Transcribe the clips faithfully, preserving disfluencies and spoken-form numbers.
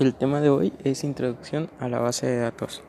El tema de hoy es introducción a la base de datos.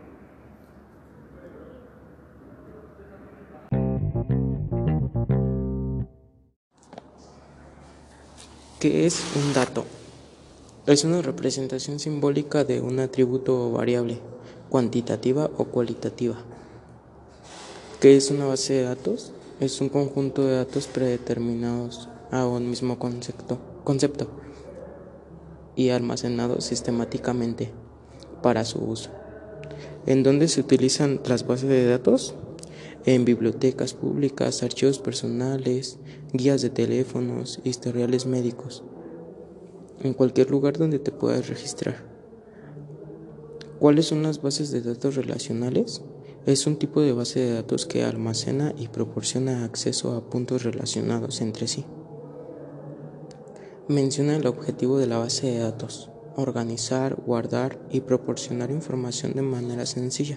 ¿Qué es un dato? Es una representación simbólica de un atributo o variable, cuantitativa o cualitativa. ¿Qué es una base de datos? Es un conjunto de datos predeterminados a un mismo concepto, concepto y almacenados sistemáticamente para su uso. ¿En dónde se utilizan las bases de datos? En bibliotecas públicas, archivos personales, guías de teléfonos, historiales médicos, en cualquier lugar donde te puedas registrar. ¿Cuáles son las bases de datos relacionales? Es un tipo de base de datos que almacena y proporciona acceso a puntos relacionados entre sí. Menciona el objetivo de la base de datos: organizar, guardar y proporcionar información de manera sencilla.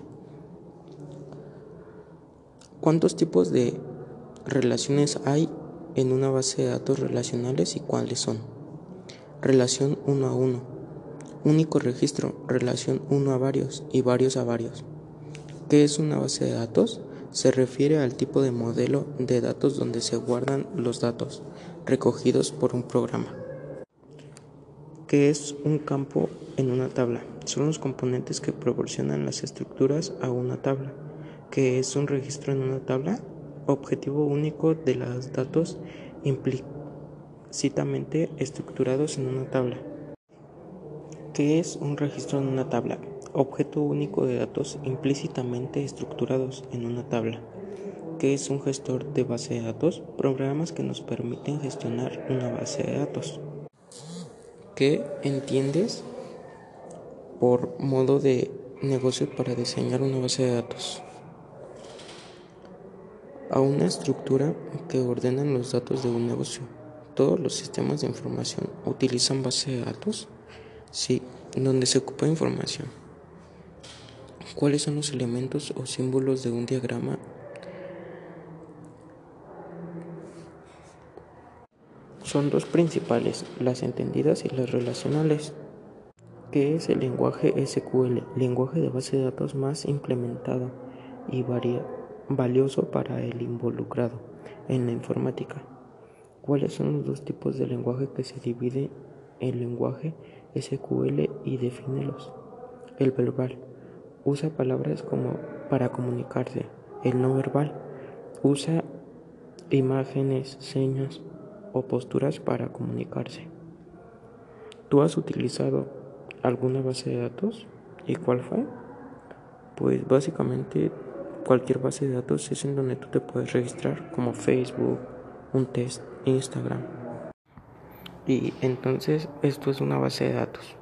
¿Cuántos tipos de relaciones hay en una base de datos relacionales y cuáles son? Relación uno a uno, único registro, relación uno a varios y varios a varios. ¿Qué es una base de datos? Se refiere al tipo de modelo de datos donde se guardan los datos recogidos por un programa. ¿Qué es un campo en una tabla? Son los componentes que proporcionan las estructuras a una tabla. ¿Qué es un registro en una tabla? Objetivo único de los datos implícitamente estructurados en una tabla. ¿Qué es un registro en una tabla? Objeto único de datos implícitamente estructurados en una tabla. ¿Qué es un gestor de base de datos? Programas que nos permiten gestionar una base de datos. ¿Qué entiendes por modo de negocio para diseñar una base de datos? A una estructura que ordena los datos de un negocio. ¿Todos los sistemas de información utilizan base de datos? Sí, donde se ocupa información. ¿Cuáles son los elementos o símbolos de un diagrama? Son dos principales, las entendidas y las relacionales. ¿Qué es el lenguaje S Q L? Lenguaje de base de datos más implementado y varia, valioso para el involucrado en la informática. ¿Cuáles son los dos tipos de lenguaje que se divide en lenguaje S Q L y defínelos? El verbal usa palabras como para comunicarse. El no verbal usa imágenes, señas o posturas para comunicarse. ¿Tú has utilizado alguna base de datos? ¿Y cuál fue? Pues básicamente cualquier base de datos es en donde tú te puedes registrar, como Facebook, un test, Instagram. Y entonces esto es una base de datos.